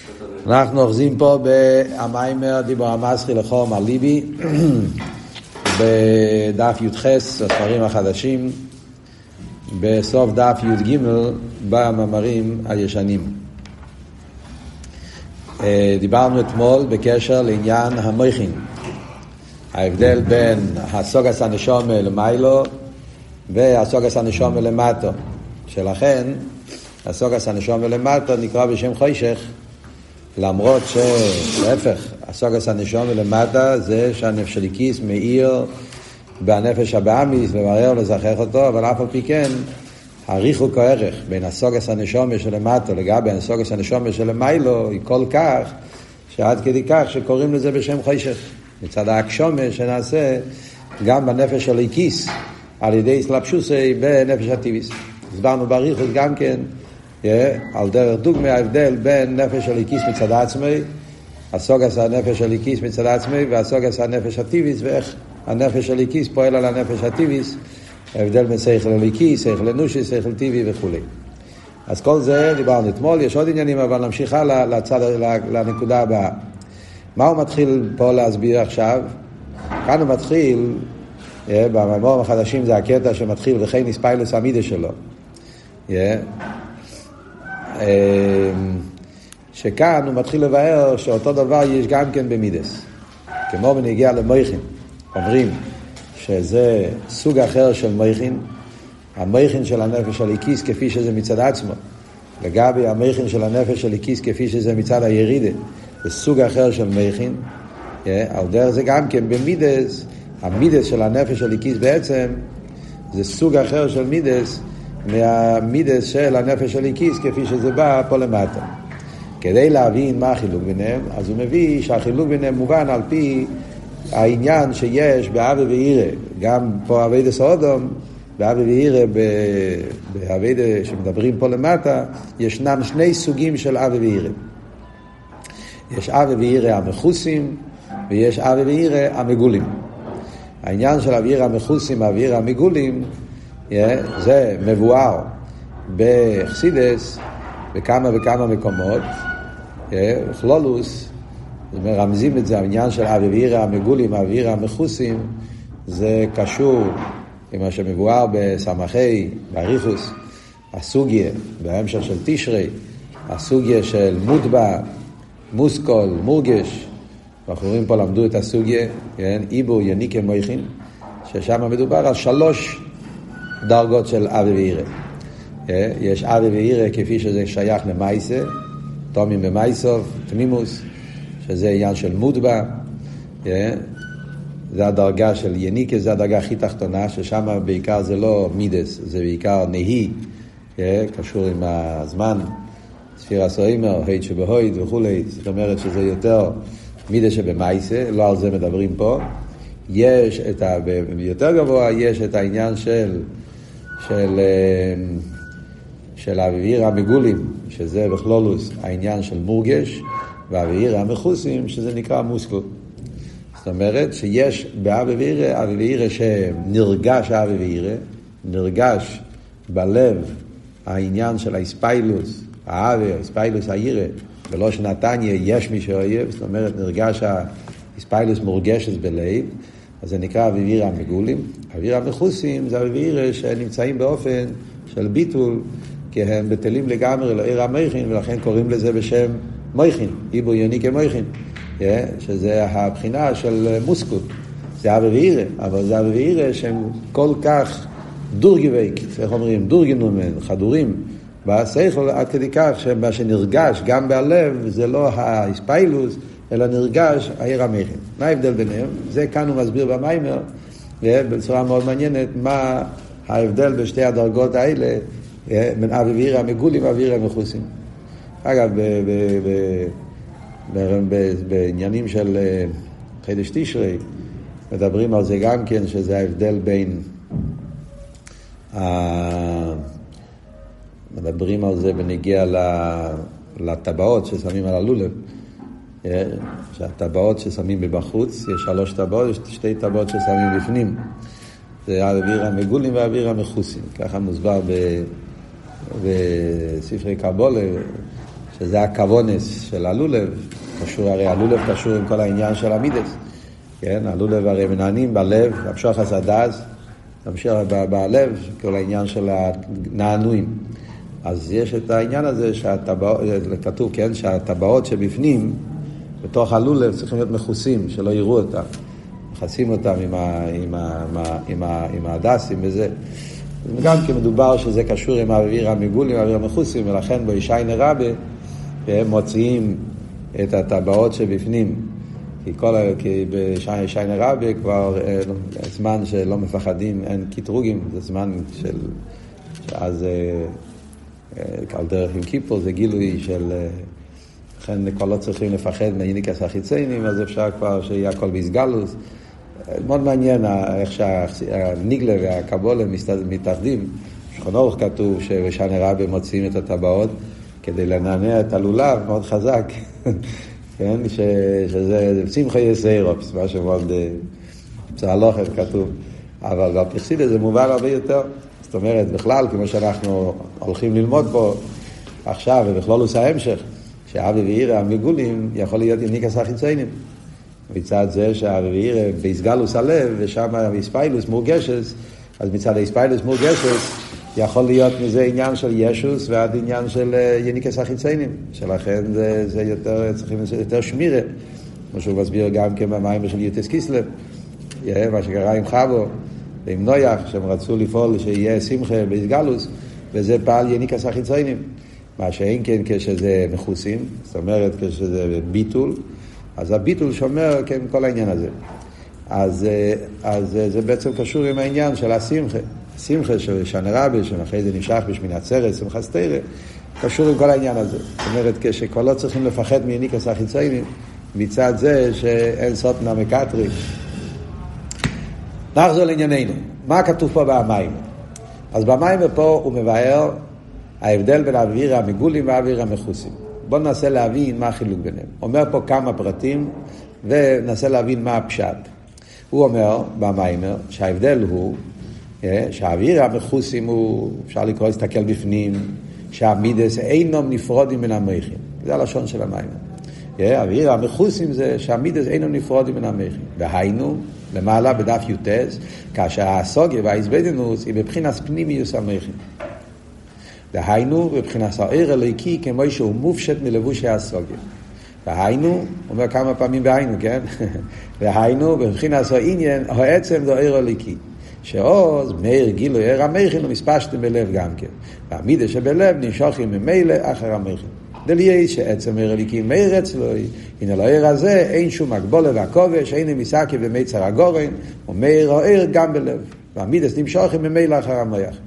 אנחנו אוחזים פה במיימר דיבור המסחי לחום הליבי בדף י"ח הספרים החדשים בסוף דף י"ג במאמרים הישנים. דיברנו אתמול בקשר לעניין המויכין, ההבדל בין הסוגס הנשומה למיילו והסוגס הנשומה למטו, שלכן הסוגס הנשומה למטו נקרא בשם חושך, למרות שלהפך הסוגס הנשומה למטה זה שהנפש הליקיס מאיר בנפש הבאמיס ומראה לזכח אותו, אבל אף על פי כן הריחוק הערך בין הסוגס הנשומה שלמטו לגבי הסוגס הנשומה שלמיילו היא כל כך שעד כדי כך שקוראים לזה בשם חושך, מצד ההקשומה שנעשה גם בנפש הליקיס על ידי סלפשוסי בנפש הטיביס. הסברנו בריחוק גם כן על דרך דוגמה ההבדל בין נפש הליקיס מצד עצמי, הסוגס הנפש הליקיס מצד עצמי והסוגס הנפש הטיביס, ואיך הנפש הליקיס פועל על הנפש הטיביס, ההבדל בין שכל הליקיס, שכל אנושי, שכל טבעי וכו'. אז כל זה דיברנו אתמול. יש עוד עניינים, אבל נמשיך הלאה לנקודה הבאה. מה הוא מתחיל פה להסביר עכשיו? כאן הוא מתחיל, במאמרים החדשים זה הקטע שמתחיל וכן נספיילוס המידה שלו, שכאן הוא מתחיל לבאר שאותו דבר יש גם כן במידס, כמו בנגיע למויכין. אומרים שזה סוג אחר של מויכין, המויכין של הנפש הליקיס כפי שזה מצד עצמו, לגבי המויכין של הנפש הליקיס כפי שזה מצד הירידה, זה סוג אחר של מויכין. על דרך זה גם כן במידס, המידס של הנפש הליקיס בעצם זה סוג אחר של מידס מהמידס של הנפש הליקיס כפי שזה בא פה למטה. כדי להבין מה החילוק ביניהם, אז הוא מביא שהחילוק ביניהם מובן על פי העניין שיש באבי ואירה. גם פה עבודה סעודום, באבי ואירה, בעבודה שמדברים פה למטה, ישנם שני סוגים של אבי ואירה. יש אבי ואירה המחוסים, ויש אבי ואירה המגולים. העניין של אבי ואירה המחוסים, אבי ואירה המגולים, זה מבואר בחסידס בכמה וכמה מקומות, כלולוס מרמזים את זה. העניין של אבי ואירה המגולים, אבי ואירה המחוסים, זה קשור עם מה שמבואר בסמכי, באריכוס, הסוגיה בהמשך של תשרי, הסוגיה של מוטבע, מוסקול, מורגש. בחורים פה למדו את הסוגיה, איבו יניקה מויכין, ששם מדובר על 3 דרגות של אבי ואירה. יש אבי ואירה כפי שזה שייך למייסה, תומים במייסוב, תמימוס, שזה עניין של מוטבע. זה הדרגה של יניקה, זה הדרגה הכי תחתונה, ששם בעיקר זה לא מידס, זה בעיקר נהי, קשור עם הזמן, ספיר הסוימר, הית שבהוית וכו'. זאת אומרת שזה יותר מידס שבמייסה, לא על זה מדברים פה. יש את יותר גבוה, יש את העניין של אבי ואירה המגולים, שזה בכלולוס העניין של מורגש, ואבי ואירה המחוסים, שזה נקרא מוסקול. זאת אומרת שיש באבי ואירה, אבי ואירה שנרגש, אבי ואירה נרגש בלב העניין של האספיילוס, האבי, האספיילוס האירה, ולא שנתניה יש מי שאוהב, זאת אומרת נרגש האספיילוס מורגשת בלב, אז זה נקרא אבי ואירה המגולים. אבי ואירה המחוסים זה אבי ואירה שנמצאים באופן של ביטול, כי הם בטלים לגמרי לעיר המויכין, ולכן קוראים לזה בשם מויכין, איבו יניקה מויכין, שזה הבחינה של מוסקול. זה אבי ואירה, אבל זה אבי ואירה שהם כל כך דורגוויק, איך אומרים, דורגנומן, חדורים בשכל, עד כדי כך שמה שנרגש גם בלב זה לא האספיילוס, אלא נרגש העיר המויכין. מה ההבדל ביניהם? זה כאן הוא מסביר במיימר בצורה מאוד מעניינת מה ההבדל בשתי הדרגות האלה בין אבי ואירה המגולים ואבי ואירה המחוסים. אגב, בעניינים של חידש תשרי מדברים על זה גם כן, שזה ההבדל בין מדברים על זה בנגיע לטבעות ששמים על הלולב, שהטבעות ששמים בחוץ, יש 3 טבעות, יש 2 טבעות ששמים בפנים, זה אבי ואירה המגולים ואבי ואירה המחוסים. ככה מוסבר בספרי קבולה, שזה הכוונס של הלולב, קשור, הרי הלולב קשור עם כל העניין של המידס, כן? הלולב הרי מנענים בלב, המשוך הסדז, המשוך בלב, כל העניין של הנענועים. אז יש את העניין הזה כתוב, כן, שהטבעות שבפנים, בתוך הלולב צריכים להיות מכוסים, שלא יראו אותם. מכסים אותם עם הדסים וזה. גם כי מדובר שזה קשור עם האוויר המגולים, האוויר המכוסים, ולכן בישיינה רבה הם מוציאים את הטבעות שבפנים. כי בישיינה רבה כבר זמן שלא מפחדים, אין קטרוגים, זה זמן של... אז על דרך עם כיפור זה גילוי של... לכן כבר לא צריכים לפחד מהיניקס החיציינים, אז אפשר כבר שיהיה הכל בהסגלוס. מאוד מעניין איך שהניגלה והקבולה מתאחדים. שכון אורך כתוב שבשנה רבה מוציאים את הטבעות כדי לנענע את הלולב מאוד חזק. כן? שזה שמחה יסיירופס, משהו מאוד פסהלוכת כתוב. אבל בפרסידה זה מובן הרבה יותר. זאת אומרת, בכלל, כמו שאנחנו הולכים ללמוד פה עכשיו, ובכלול עושה המשך, שהאבי ואירה המגולים יכול להיות יניקס החיציינים. מצד זה שהאבי ואירה בהסגלוס הלב, ושם הספיילוס מורגשס, אז מצד הספיילוס מורגשס, יכול להיות מזה עניין של ישוס, ועד עניין של יניקס החיציינים. שלכן זה יותר, צריכים יותר שמירה. כמו שהוא מסביר גם כמהמים של יוטס קיסלב. מה שקרה עם חבו, ועם נויח, שהם רצו לפעול שיהיה שמחה בהסגלוס, וזה פעל יניקס החיציינים. מה שאין כן כשזה מכוסים, זאת אומרת כשזה ביטול, אז הביטול שומר כן כל העניין הזה. אז זה בעצם קשור עם העניין של השמחה. שמחה של שנה רבה, שאחרי זה נמשך בשמין עצרת, שמחה סתירה, קשור עם כל העניין הזה. זאת אומרת כשכבר לא צריכים לפחד מיניקס החיציינים, מצד זה שאין סוטנה מקטרי. נחזור לענייננו. מה כתוב פה במים? אז במים פה הוא מבאר ההבדל בין האוויר המגולים והאוויר המכוסים. בואו ננסה להבין מה החילוק ביניהם. אומר פה כמה פרטים וננסה להבין מה הפשט. הוא אומר במיימר שההבדל הוא שהאוויר המכוסים הוא, אפשר לקרוא להסתכל בפנים, שהמידס אינם נפרודים מן המייכים. זה הלשון של המיימר. האוויר המכוסים זה שהמידס אינם נפרודים מן המייכים. והיינו למעלה בדף יוטס, כאשר הסוגיה והאיזבדינוס היא בבחינת פנימיוס המייכים. והיינו בבחינת העיר אלוהיקי כמו שהוא מופשט מלבושי הסוגיה. והיינו, אומר כמה פעמים בהיינו, כן? והיינו בבחינת העניין, העצם זה העיר אלוהיקי. שעוז מאיר גילו עיר המייכין ומספשתם בלב גם כן. והמידה שבלב נמשכים ממילא אחר המייכין. דליה שעצם העיר אלוהיקי מאיר אצלו, הנה לעיר הזה אין שום הגבולה והכובש, אין מסעקי ומיצר הגורן, ומאיר העיר גם בלב. והמידה נמשכים ממילא אחר המייך.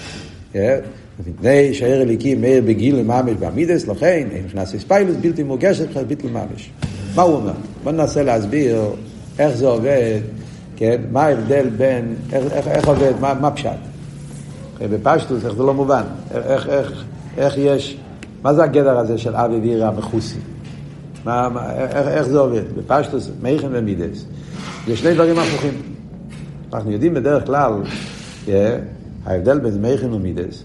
מפני שהעיר אליקי מאיר בגיל לממש בעמידס, לכן אין נכנס לספיילוס בלתי מורגשת בכלל ביטל ממש. מה הוא אומר? בוא ננסה להסביר איך זה עובד, כן? מה ההבדל בין, איך עובד, מה פשט? בפשטוס, איך זה לא מובן? איך יש, מה זה הגדר הזה של אבי ואירה המכוסי? איך זה עובד? בפשטוס, מייכן ומידס. זה שני דברים הפוכים. אנחנו יודעים בדרך כלל, ההבדל בין מייכן ומידס,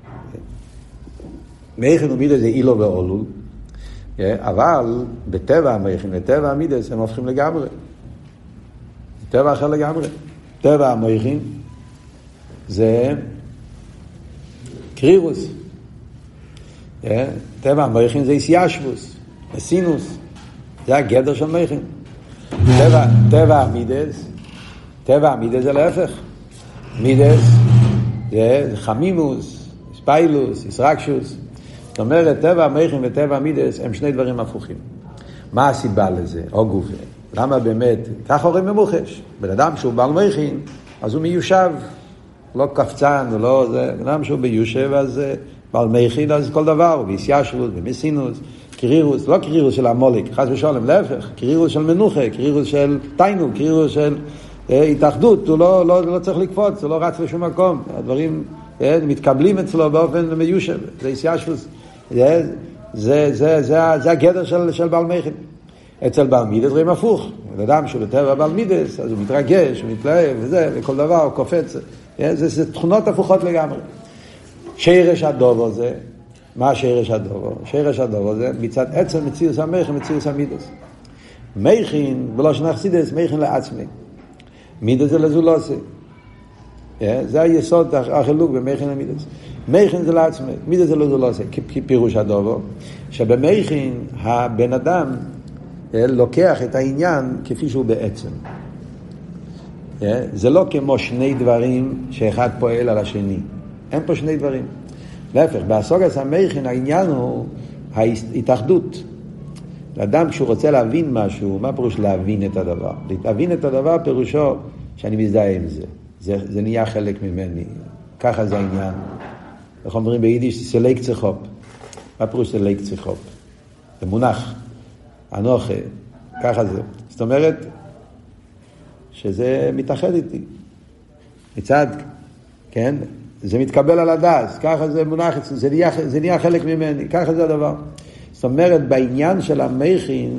מייכן ומידס זה אילו ואולול, אבל בטבע המייכן וטבע המידס הם הופכים לגמרי. טבע אחר לגמרי. טבע המייכן זה קרירוס. טבע המייכן זה איסיישבוס, סינוס. זה הגדר של מייכן. טבע המידס זה להפך. מידס זה חמימוס, ספיילוס, ישרקשוס. זאת אומרת, טבע המייכין וטבע המידס הם שני דברים הפוכים. מה הסיבה לזה? או גופה. למה באמת? כך הורים ממוחש. בן אדם שהוא בעל מייכין, אז הוא מיושב. לא קפצן, לא זה. בן אדם שהוא ביושב, אז בעל מייכין, אז כל דבר. הוא ביסיישלות, במסינוס, קרירוס. לא קרירוס של המוליק, חס ושולם, להפך. קרירוס של מנוחה, קרירוס של תיינוק, קרירוס של התאחדות. הוא לא צריך לקפוץ, הוא לא רץ לשום מקום. הדברים מתקבלים אצלו באופן מיושב. זה איסיישלות. זה הגדר של בעל מייכין. אצל בעל מידס רואים הפוך. אדם שהוא בטבע בעל מידס, אז הוא מתרגש, הוא מתלהב, וכל דבר הוא קופץ. זה תכונות הפוכות לגמרי. שרש הדובר זה, מה שרש הדובר? שרש הדובר זה מצד עצם מציאוס המכין, מציאוס המידס. מכין, בלושן חסידות, מכין לעצמי. מידס זה לזולוסי. זה היסוד החילוק במכין למידס. מכין זה לעצמי, מידס זה לזולוסי. כפירוש הדובר, שבמכין הבן אדם לוקח את העניין כפי שהוא בעצם. זה לא כמו שני דברים שאחד פועל על השני. אין פה שני דברים. להפך, בהסוגת המכין העניין הוא ההתאחדות. לאדם כשהוא רוצה להבין משהו, מה פירוש להבין את הדבר? להבין את הדבר פירושו שאני מזדהה עם זה. זה נהיה חלק ממני. ככה זה העניין. איך אומרים ביידיש? סלייק צחופ. מה פירוש סלייק צחופ? זה מונח. אנוכה. ככה זה. זאת אומרת שזה מתאחד איתי. מצד, כן? זה מתקבל על הדס. ככה זה מונח. זה נהיה חלק ממני. ככה זה הדבר. זאת אומרת, בעניין של המכין,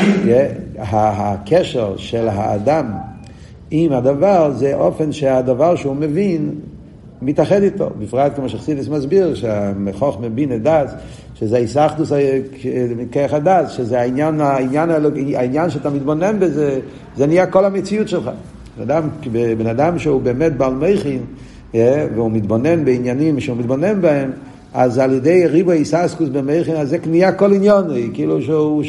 הקשר של האדם עם הדבר, זה אופן שהדבר שהוא מבין, מתאחד איתו. בפרט כמו שחסידס מסביר, שהמחוך מבין את דס, שזה היסחדוס כרך הדס, שזה העניין שאתה מתבונן בזה, זה נהיה כל המציאות שלך. בן אדם שהוא באמת בעל מכין, והוא מתבונן בעניינים שהוא מתבונן בהם, אז על ידי ריבו איססקוס במכין, אז זה נהיה כל עניון, כאילו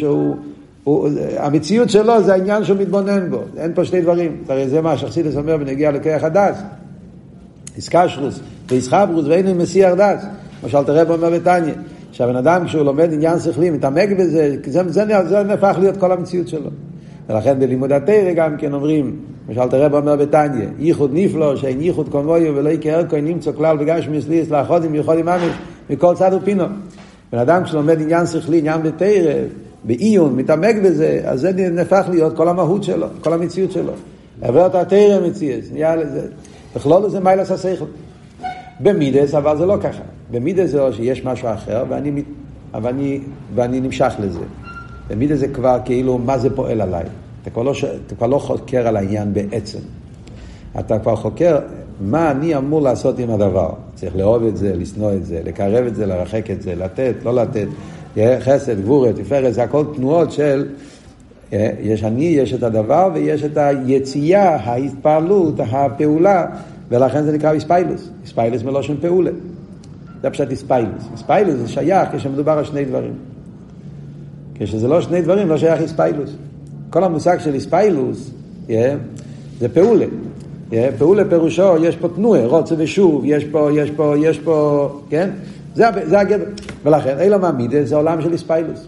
המציאות שלו זה העניין שהוא מתבונן בו. אין פה שני דברים. הרי זה מה שחסידס אומר בנגיע לכרך הדס. איסקשרוס ואיסחברוס ואין מסיח דס. למשל תראה אומר בתניא, שהבן אדם כשהוא לומד עניין שכלי, מתעמק בזה, זה נהפך להיות כל המציאות שלו. ולכן בלימוד התורה גם כן אומרים, למשל תראה אומר בתניא, ייחוד נפלא, שאין ייחוד כמוהו ולא יקר כה נמצא כלל בגשמיס ליס לאחודים ויכולים ממש מכל צד ופינו. בן אדם כשלומד עניין שכלי, עניין בתורה, בעיון, מתעמק בזה, אז זה נהפך להיות כל המהות שלו, כל המציאות שלו. עבר את התורה מציאות, נהיה לזה. בכלול לזה מיילס השכל. במידס, אבל זה לא ככה. במידס זה שיש משהו אחר, ואני נמשך לזה. במידס זה כבר כאילו מה זה פועל עליי. אתה כבר לא חוקר על העניין בעצם. אתה כבר חוקר מה אני אמור לעשות עם הדבר. צריך לאהוב את זה, לשנוא את זה, לקרב את זה, לרחק את זה, לתת, לא לתת. חסד, גבורה, תפארת, זה הכל תנועות של יש את הדבר ויש את היציאה, ההתפעלות, הפעולה, ולכן זה נקרא איספיילוס. איספיילוס מלושן פעולה. זה פשוט איספיילוס. איספיילוס זה שייך כשמדובר על שני דברים. כשזה לא שני דברים, לא שייך איספיילוס. כל המושג של איספיילוס זה פעולה. פעולה פירושו, יש פה תנועה, רוצה ושוב, יש פה, כן? זה הגדר. ולכן, אילו מעמידה זה עולם של איספיילוס.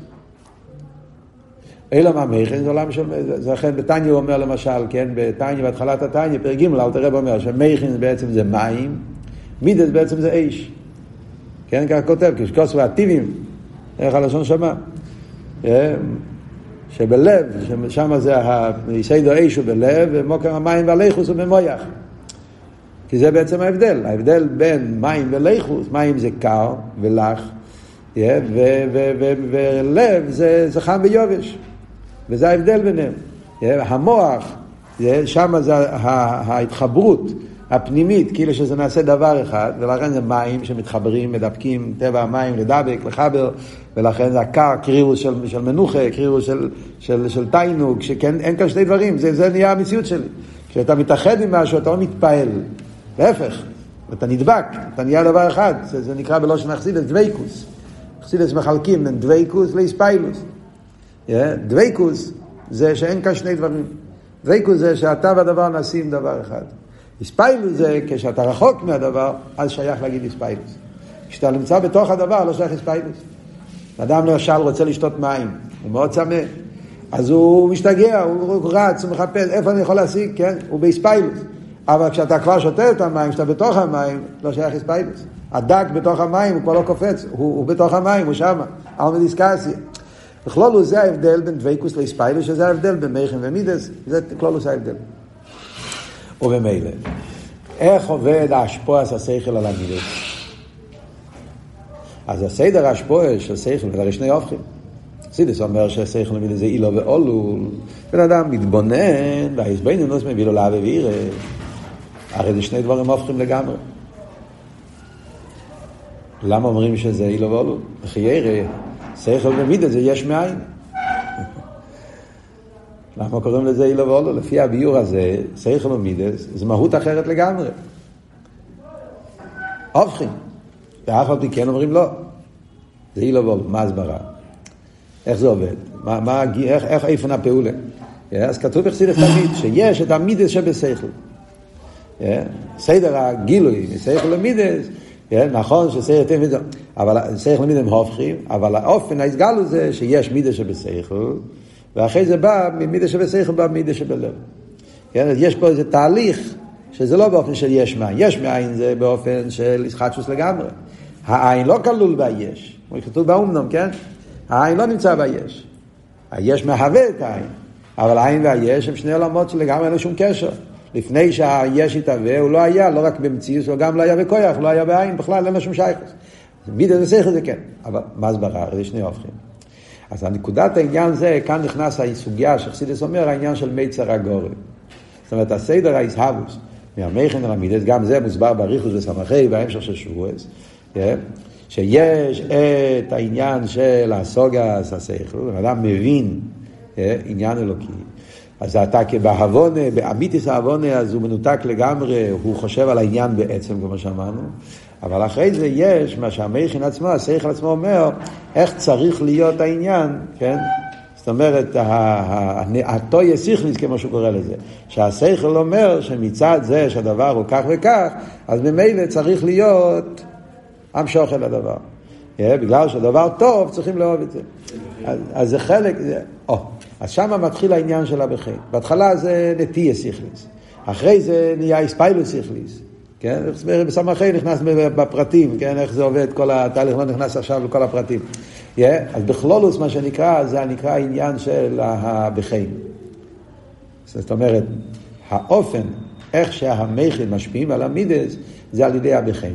אילו מהמכין זה עולם של... זה לכן בתניא הוא אומר למשל, כן? בתניא, בהתחלת התניא, פרק ג' אל תראה אומר שמכין בעצם זה מים, מידס בעצם זה אש. כן? כך כותב, כשכוס והטיבים, איך הלשון שמה? שבלב, שם זה היסיידו אש הוא בלב, ומוקר המים והליכוס הוא במויח. כי זה בעצם ההבדל. ההבדל בין מים וליכוס, מים זה קר ולח, ולב זה חם ויובש. וזה ההבדל ביניהם. המוח, שם זה ההתחברות הפנימית, כאילו שזה נעשה דבר אחד, ולכן זה מים שמתחברים, מדבקים, טבע המים לדבק, לחבר, ולכן זה הקר, קרירוס של מנוחה, קרירוס של תיינוג, שכן אין כאן שני דברים, זה נהיה המציאות שלי. כשאתה מתאחד עם משהו, אתה לא מתפעל. להפך, אתה נדבק, אתה נהיה דבר אחד, זה נקרא בלושן חסידות דוויקוס. חסידות מחלקים בין דוויקוס לאיספיילוס. דוויקוס זה שאין כאן שני דברים. דוויקוס זה שאתה והדבר נעשים דבר אחד. איספיילוס זה כשאתה רחוק מהדבר, אז שייך להגיד איספיילוס. כשאתה נמצא בתוך הדבר, לא שייך איספיילוס. אדם למשל רוצה לשתות מים, הוא מאוד צמא. אז הוא משתגע, הוא רץ, הוא מחפש, איפה אני יכול להשיג, כן? הוא באיספיילוס. אבל כשאתה כבר שותה את המים, כשאתה בתוך המים, לא שייך איספיילוס. הדק בתוך המים, הוא כבר לא קופץ, הוא בתוך המים, הוא שמה. על מדיסקסיה. בכלולו זה ההבדל בין דוויקוס לאיספיילוס, שזה ההבדל בין מכין ומידס, זה כלולו זה ההבדל. ובמילא, איך עובד ההשפועס השכל על המידס? אז הסדר ההשפועס של שכל, זה שני הופכים. סידס אומר שהשכל למידס זה אילו ואולול, בן אדם מתבונן, וההסבינינוס מביא לו להווה ויראה. הרי זה שני דברים הופכים לגמרי. למה אומרים שזה אילו ואולו? חיירה, שכל ומידה זה יש מאין. למה קוראים לזה אילו ואולו? לפי הביור הזה, שכל ומידה זה מהות אחרת לגמרי. הופכים. ואף על פי כן אומרים לא. זה אילו ואולו, מה הסברה? איך זה עובד? איך איפן הפעולה? אז כתוב בחסידות תמיד, שיש את המידס שבשכל. סדר הגילוי, שכל למידס, נכון ששכל תמיד, אבל שכל למידס הם הופכים, אבל האופן ההסגלו זה שיש מידס שבשכל, ואחרי זה בא, מידס שבשכל בא מידס שבלב. יש פה איזה תהליך, שזה לא באופן של יש מאין. יש מאין זה באופן של ישחטשוס לגמרי. העין לא כלול ביש. כמו כתוב באומנום, כן? העין לא נמצא ביש. היש מהווה את העין. אבל העין והיש הם שני עולמות שלגמרי אין לו שום קשר. לפני שהיש התהווה, הוא לא היה, לא רק במציאות, הוא גם לא היה בכוח, הוא לא היה בעין, בכלל אין לו שום שייכות. מידס ושכל זה כן. אבל מה הסברה? זה שני הופכים. אז הנקודת העניין זה, כאן נכנס הסוגיה שחסידס אומר, העניין של מיצר הגורם. זאת אומרת, הסדר ההסהבוס, מהמכן על המידס, גם זה מוסבר בריחוס וסמכי, בהמשך של שבועס, שיש את העניין של הסוגס, השכל, אדם מבין עניין אלוקי. אז אתה כבהבונה, באמיתיס ההבונה, אז הוא מנותק לגמרי, הוא חושב על העניין בעצם, כמו שאמרנו. אבל אחרי זה יש מה שהמכן עצמו, השכל עצמו אומר, איך צריך להיות העניין, כן? זאת אומרת, התויה סיכניס, כמו שהוא קורא לזה, שהשכל אומר שמצד זה שהדבר הוא כך וכך, אז ממילא צריך להיות המשוך אל הדבר. בגלל שהדבר טוב, צריכים לאהוב את זה. אז זה חלק, אז שמה מתחיל העניין שלה בחיים. בהתחלה זה נטייה סיכניס. אחרי זה נהיה הספיילוס סיכניס. כן? בסמכי נכנס בפרטים, כן? איך זה עובד, כל התהליך לא נכנס עכשיו לכל הפרטים. אז בכלולוס מה שנקרא, זה נקרא העניין של הבחיים. זאת אומרת, האופן, איך שהמכן משפיעים על המידס, זה על ידי הבחיים.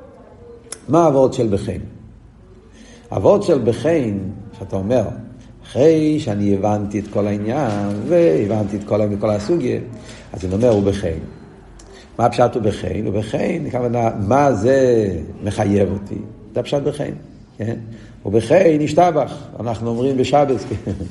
מה העבוד של בחיים? העבוד של בחיים, שאתה אומר, אחרי שאני הבנתי את כל העניין, והבנתי את כל הסוגיה, אז אני אומר, הוא בחיים. מה הפשט הוא בחיים? הוא בחיים, מה זה מחייב אותי? זה הפשט בחיים. כן? ובחיים נשתבח. אנחנו אומרים בשבס.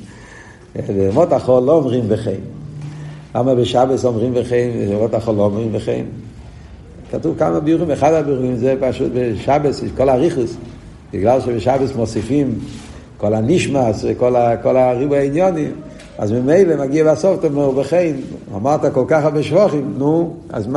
במות החול לא אומרים בחיים. למה בשבס אומרים בחיים, ובמות החול לא אומרים בחיים? כתוב כמה ביורים, אחד הביורים זה פשוט בשבס, כל הריחוס. בגלל שבשבס מוסיפים כל הנשמס וכל הריבוי העניונים, אז ממילא מגיע בסוף, אתה אומר, בחיים, אמרת כל כך הרבה שבחים, נו,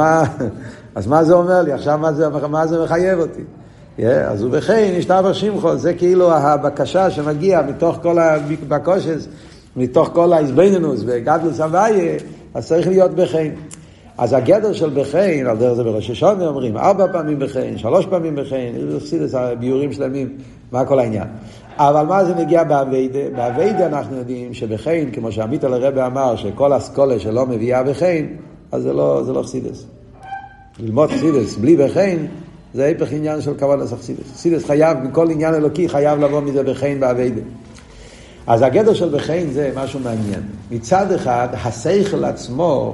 אז מה זה אומר לי? עכשיו מה זה מחייב אותי? אז הוא בחיים, נשתבח שמחו, זה כאילו הבקשה שמגיע מתוך כל הבקושס, מתוך כל ההסבינינוס וגדלוס הוויה, אז צריך להיות בחיים. אז הגדר של בחיים, על דרך זה בראש השונה אומרים, 4 פעמים בחיים, 3 פעמים בחיים, זה ביורים שלמים, מה כל העניין. אבל מה זה מגיע באביידה? באביידה אנחנו יודעים שבחיים, כמו שעמית על הרב אמר, שכל הסקולה שלא מביאה בחיים, אז זה לא חסידס. ללמוד חסידס בלי בחיים, זה היפך עניין של כבוד לחסידס. חסידס חייב, מכל עניין אלוקי חייב לבוא מזה בחיים באביידה. אז הגדר של בחיים זה משהו מעניין. מצד אחד, השכל עצמו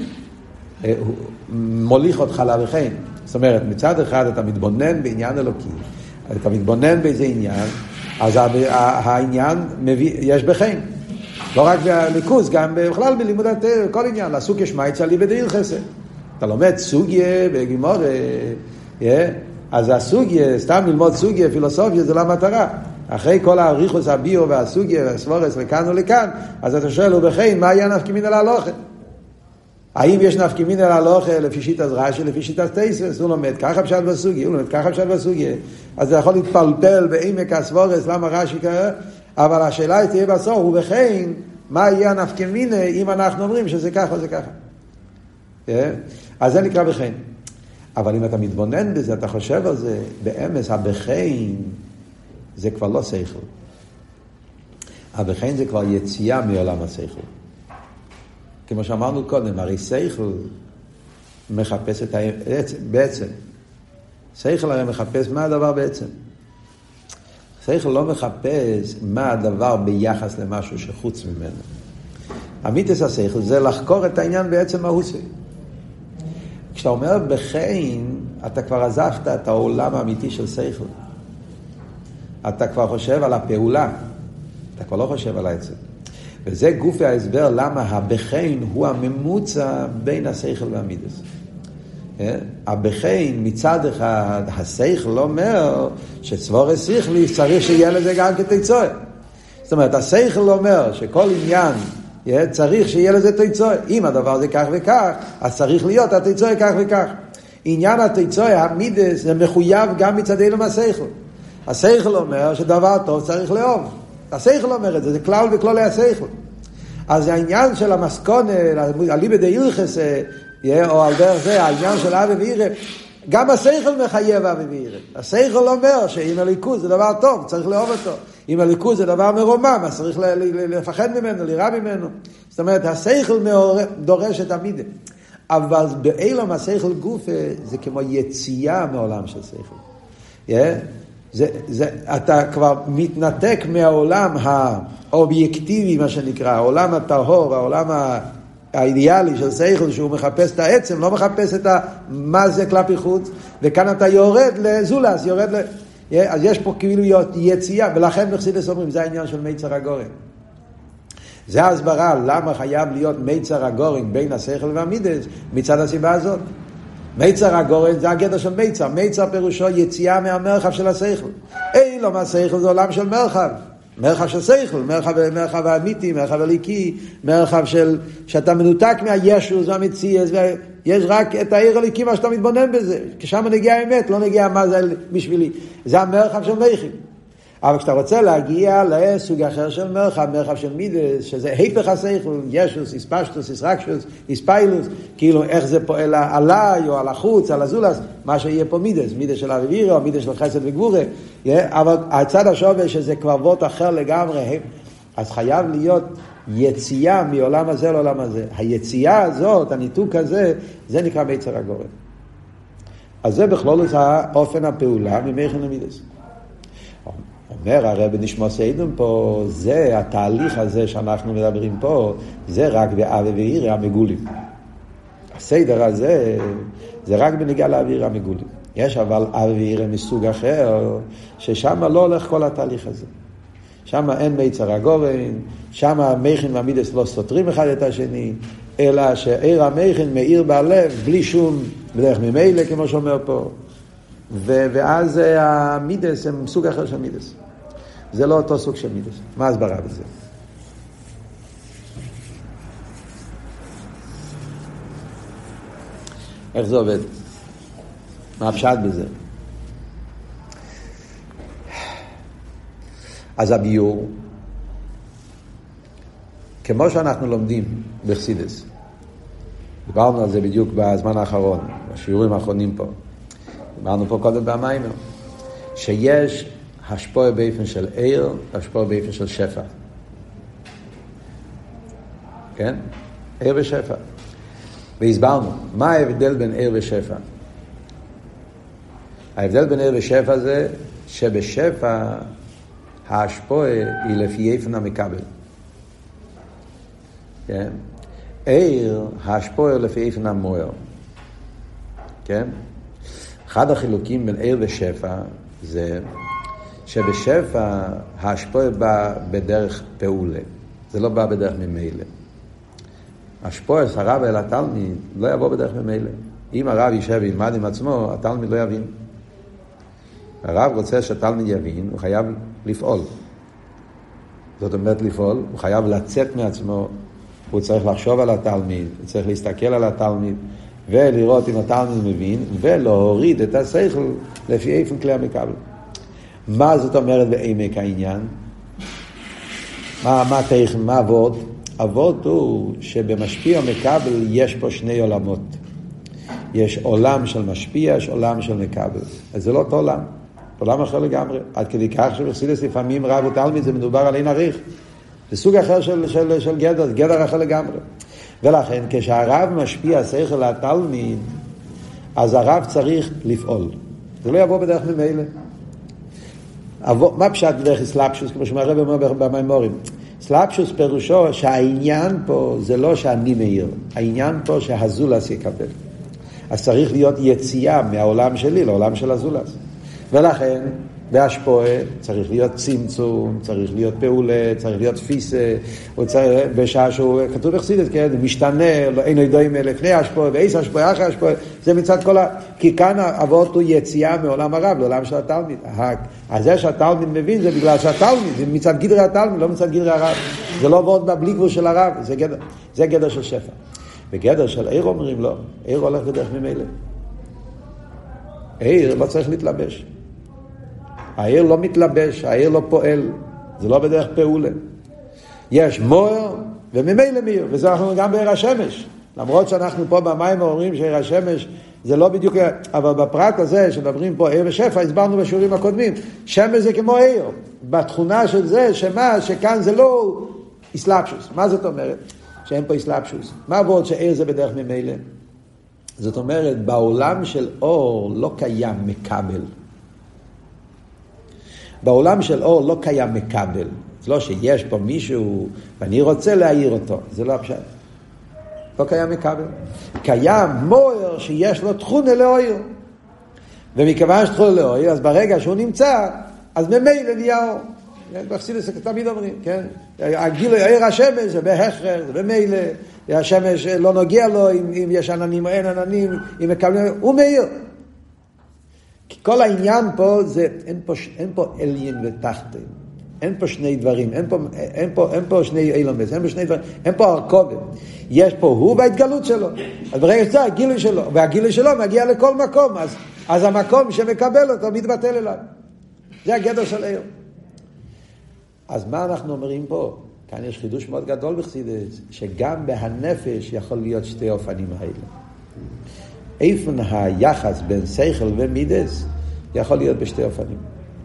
מוליך אותך לבחיים. זאת אומרת, מצד אחד אתה מתבונן בעניין אלוקי, אתה מתבונן באיזה עניין, אז העניין יש בחיים. לא רק בליכוז, גם בכלל בלימוד התורה, כל עניין, לעסוק יש מייצא לי בדין חסד. אתה לומד סוגיה בגימור, אז הסוגיה, סתם ללמוד סוגיה, פילוסופיה, זה לא מטרה. אחרי כל הריחוס, הביו והסוגיה, והסבורס לכאן ולכאן, אז אתה שואל, ובחיים, מה היה נפקא מינה להלוכה? האם יש נפקא מינה להלוכה לפי שיטת רש"י, לפי שיטת טייסס? הוא לומד ככה פשט בסוגיה, הוא לומד ככה פשט בסוגיה. אז זה יכול להתפלפל בעמק הסבורס, למה רש"י ככה? אבל השאלה תהיה בסוף, ובחיים, מה יהיה נפקא מינה אם אנחנו אומרים שזה ככה או זה ככה? אז זה נקרא בחיים. אבל אם אתה מתבונן בזה, אתה חושב על זה, באמס, הבחיים, זה כבר לא שכל. הבחיים זה כבר יציאה מעולם השכל. כמו שאמרנו קודם, הרי שכל מחפש את בעצם. שכל הרי מחפש מה הדבר בעצם. שכל לא מחפש מה הדבר ביחס למשהו שחוץ ממנו. אמיתיס השכל זה לחקור את העניין בעצם מהוסי. כשאתה אומר בחיים, אתה כבר עזבת את העולם האמיתי של שכל. אתה כבר חושב על הפעולה, אתה כבר לא חושב על העצם. וזה גופי ההסבר למה הבכין הוא הממוצע בין השכל והמידס. הבכין מצד אחד, השכל אומר שצבור שכלי צריך שיהיה לזה גם כתיצואה. זאת אומרת, השכל אומר שכל עניין צריך שיהיה לזה תיצואה. אם הדבר זה כך וכך, אז צריך להיות התיצואה כך וכך. עניין התיצואה, המידס, זה מחויב גם מצדנו מהשכל. השכל אומר שדבר טוב צריך לאהוב. השכל אומר את זה, זה כלל וכללי השכל. אז העניין של המסכונה, אליבא דהילכס, או על דרך זה, העניין של אבי וירא, גם השכל מחייב אבי וירא. השכל אומר שאם הליכוז זה דבר טוב, צריך לאהוב אותו. אם הליכוז זה דבר מרומם, אז צריך לפחד ממנו, לירא ממנו. זאת אומרת, השכל דורש את המידה. אבל באילום השכל גוף זה כמו יציאה מעולם של שכל. אתה כבר מתנתק מהעולם האובייקטיבי, מה שנקרא, העולם הטהור, העולם האידיאלי של שכל, שהוא מחפש את העצם, לא מחפש את מה זה כלפי חוץ, וכאן אתה יורד לזולס, אז יש פה כאילו יציאה, ולכן בחסידות אומרים, זה העניין של מיצר הגורן. זה ההסברה למה חייב להיות מיצר הגורן בין השכל והמידס, מצד הסיבה הזאת. מיצר הגורן זה הגדר של מיצר. מיצר פירושו יציאה מהמרחב של השכל. אילום השכל זה עולם של מרחב. מרחב של שכל, מרחב האמיתי, מרחב הליקי, מרחב של שאתה מנותק מהישוס והמציאס, יש רק את העיר הליקי מה שאתה מתבונן בזה. כשם נגיע האמת, לא נגיע מה זה בשבילי. זה המרחב של מייכים. אבל כשאתה רוצה להגיע לסוג אחר של מרחב של מידס, שזה היפך השכל, ישוס, איספשטוס, איסרקשוס, איספיילוס, כאילו איך זה פועל עליי או על החוץ, על הזולס, מה שיהיה פה מידס של אביבירה או מידס של חסד וגבורה, אבל הצד השווה שזה כבר וות אחר לגמרי, אז חייב להיות יציאה מעולם הזה לעולם הזה. היציאה הזאת, הניתוק הזה, זה נקרא מיצר הגורן. אז זה בכלול האופן הפעולה ממכן למידס. אומר הרב נשמע סיידום פה, זה התהליך הזה שאנחנו מדברים פה, זה רק באבי וירא המגולים. הסדר הזה זה רק בנגיעה לאוויר המגולים. יש אבל אבי וירא מסוג אחר, ששם לא הולך כל התהליך הזה. שם אין מיצר הגורן, שם המכן והמידס לא סותרים אחד את השני, אלא שעיר המכן מאיר בלב בלי שום בדרך ממילא, כמו שאומר פה. ואז המידס הם סוג אחר של מידס. זה לא אותו סוג של מידס. מה הסברה בזה? איך זה עובד? מה הפשט בזה? אז הביור, כמו שאנחנו לומדים בחסידות, דיברנו על זה בדיוק בזמן האחרון, בשיעורים האחרונים פה, דיברנו פה קודם במיימר, שיש השפעה באופן של עיר, השפעה באופן של שפע. כן? עיר ושפע. והסברנו, מה ההבדל בין עיר ושפע? ההבדל בין עיר ושפע זה שבשפע ההשפעה היא לפי איפן המקבל. כן? עיר, ההשפעה היא לפי איפן המוער. כן? אחד החילוקים בין עיר ושפע זה שבשפע ההשפעה בא בדרך פעולה. זה לא בא בדרך ממילא. השפעה הרב אל התלמיד לא יבוא בדרך ממילא. אם הרב יישב וילמד עם עצמו, התלמיד לא יבין. הרב רוצה שהתלמיד יבין, הוא חייב לפעול. זאת אומרת לפעול, הוא חייב לצאת מעצמו, הוא צריך לחשוב על התלמיד, הוא צריך להסתכל על התלמיד, ולראות אם התלמיד מבין, ולהוריד את השכל לפי איפן כלי המקבל. מה זאת אומרת בעמק העניין? מה עבוד? עבוד הוא שבמשפיע מקבל יש פה שני עולמות. יש עולם של משפיע, יש עולם של מקבל. אז זה לא אותו עולם. עולם אחר לגמרי. עד כדי כך שבחסידות לפעמים רב ותלמיד זה מדובר על אין עריך. זה סוג אחר של גדר, גדר אחר לגמרי. ולכן כשהרב משפיע שכל לתלמיד, אז הרב צריך לפעול. זה לא יבוא בדרך ממילא. מה פשט בדרך סלאפשוס, כמו שאומר הרב אומר במיימורים? סלאפשוס פירושו שהעניין פה זה לא שאני מאיר, העניין פה שהזולס יקבל. אז צריך להיות יציאה מהעולם שלי לעולם של הזולס. ולכן בהשפועה צריך להיות צמצום, צריך להיות פעולה, צריך להיות תפיסה, בשעה שהוא כתוב בחסידות, כן, משתנה, אין ידועים לפני השפועה, ואיס השפועה, אחרי השפועה, זה מצד כל כי כאן אבות הוא יציאה מעולם הרב, לעולם של התלמיד. אז זה שהתלמיד מבין זה בגלל שהתלמיד, זה מצד גדרי התלמיד, לא מצד גדרי הרב. זה לא עבוד בלי גבול של הרב, זה גדר של שפע. בגדר של עיר אומרים לא, עיר הולך בדרך ממילא. העיר לא צריך להתלבש. העיר לא מתלבש, העיר לא פועל. זה לא בדרך פעולה. יש מואר וממילא מאיר, וזה אנחנו גם בעיר השמש. למרות שאנחנו פה במים אומרים שעיר השמש זה לא בדיוק, אבל בפרט הזה שמדברים פה עיר ושפע, הסברנו בשיעורים הקודמים, שמש זה כמו עיר. בתכונה של זה, שכאן זה לא אסלאפשוס. מה זאת אומרת? שאין פה אסלאפשוס. מה עבוד שעיר זה בדרך ממילא? זאת אומרת, בעולם של אור לא קיים מקבל. בעולם של אור לא קיים מקבל. זה לא שיש פה מישהו ואני רוצה להעיר אותו. זה לא הפשט. לא קיים מקבל. קיים מואר שיש לו תכונה לאויר. ומכיוון שתכונה לאויר, אז ברגע שהוא נמצא, אז ממילא נהיה אור. בחסידות תמיד אומרים, כן? הגילוי, עיר השמש זה בהכרח, זה במילא. השמש לא נוגע לו אם יש עננים או אין עננים, אם מקבלים, הוא מאיר. כי כל העניין פה זה, אין פה עליין ותחתין. אין פה שני דברים, אין פה שני אילומס, אין פה שני דברים, אין פה הרכובת. יש פה הוא וההתגלות שלו. אז ברגע שזה הגילוי שלו, והגילוי שלו מגיע לכל מקום, אז המקום שמקבל אותו מתבטל אליו. זה הגדר של עיר. אז מה אנחנו אומרים פה? כאן יש חידוש מאוד גדול בחסידות, שגם בהנפש יכול להיות שתי אופנים האלה. איפן היחס בין שכל ומידס יכול להיות בשתי אופנים.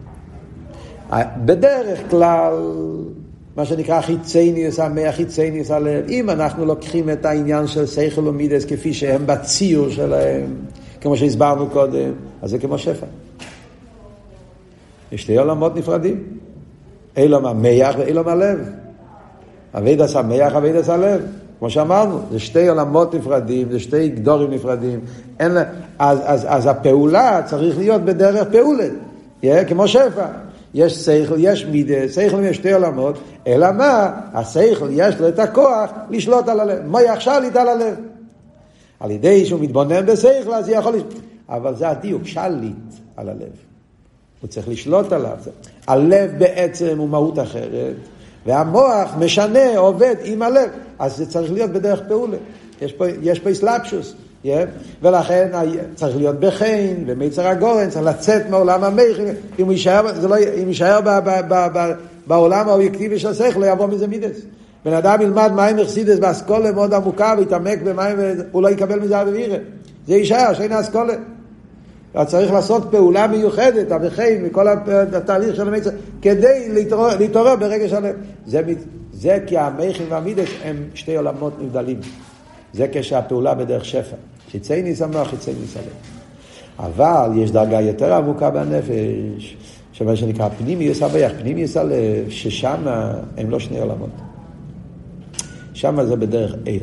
בדרך כלל, מה שנקרא חיצייניוס המח, חיצייניוס הלב, אם אנחנו לוקחים את העניין של שכל ומידס כפי שהם בציור שלהם, כמו שהסברנו קודם, אז זה כמו שפע. יש שתי עולמות נפרדים. אילום המח ואילום הלב. אבידס המח, אבידס הלב. כמו שאמרנו, זה שתי עולמות נפרדים, זה שתי גדורים נפרדים. אז הפעולה צריך להיות בדרך פעולה. כמו שפע. יש שכל, יש מידה, שכל יש שתי עולמות, אלא מה? השכל יש לו את הכוח לשלוט על הלב. מה יחשב לי על הלב? על ידי שהוא מתבונן בשכל, אז יכול לשלוט. אבל זה הדיוק, שליט על הלב. הוא צריך לשלוט עליו. הלב בעצם הוא מהות אחרת, והמוח משנה, עובד עם הלב. אז זה צריך להיות בדרך פעולה. יש פה אסלאפשוס. ולכן צריך להיות בחין, ומיצר הגורן, צריך לצאת מעולם המחין. אם הוא יישאר בעולם האובייקטיבי של השכל, לא יבוא מזה מידס. בן אדם ילמד מים מחסידס באסכולה מאוד עמוקה, ויתעמק במים, הוא לא יקבל מזה אווירה. זה יישאר, שאין האסכולה. צריך לעשות פעולה מיוחדת, הבחין, מכל התהליך של המיצר, כדי להתעורר ברגע שלם. זה כי המחין והמידס הם שתי עולמות נבדלים. זה כשהפעולה בדרך שפע. חיצי ניסה חיצי ניסה לב. אבל יש דרגה יותר עמוקה בנפש, שמה שנקרא פנימיוס הוויח, פנימיוס הלב, ששם הם לא שני עולמות. שם זה בדרך עיר.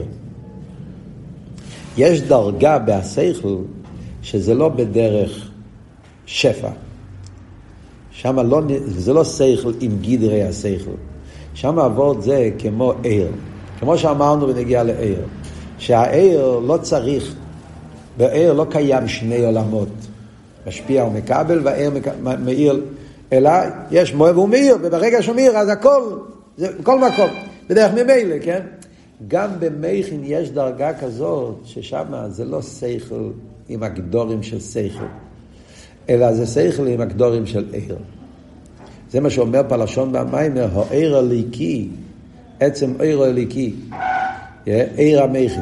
יש דרגה בהשכל, שזה לא בדרך שפע. שם לא, זה לא שכל עם גדרי השכל. שם עבוד זה כמו עיר. כמו שאמרנו ונגיע לעיר. שהעיר לא צריך, בעיר לא קיים שני עולמות. משפיע ומקבל והעיר מאיר, אלא יש מואר והוא מאיר, וברגע שהוא מאיר אז הכל, זה כל מקום, בדרך ממילא, כן? גם במחין יש דרגה כזאת, ששם זה לא שכל עם הגדורים של שכל, אלא זה שכל עם הגדורים של עיר. זה מה שאומר פלשון במיימר, העיר הליקי, עצם עיר הליקי, עיר המחין.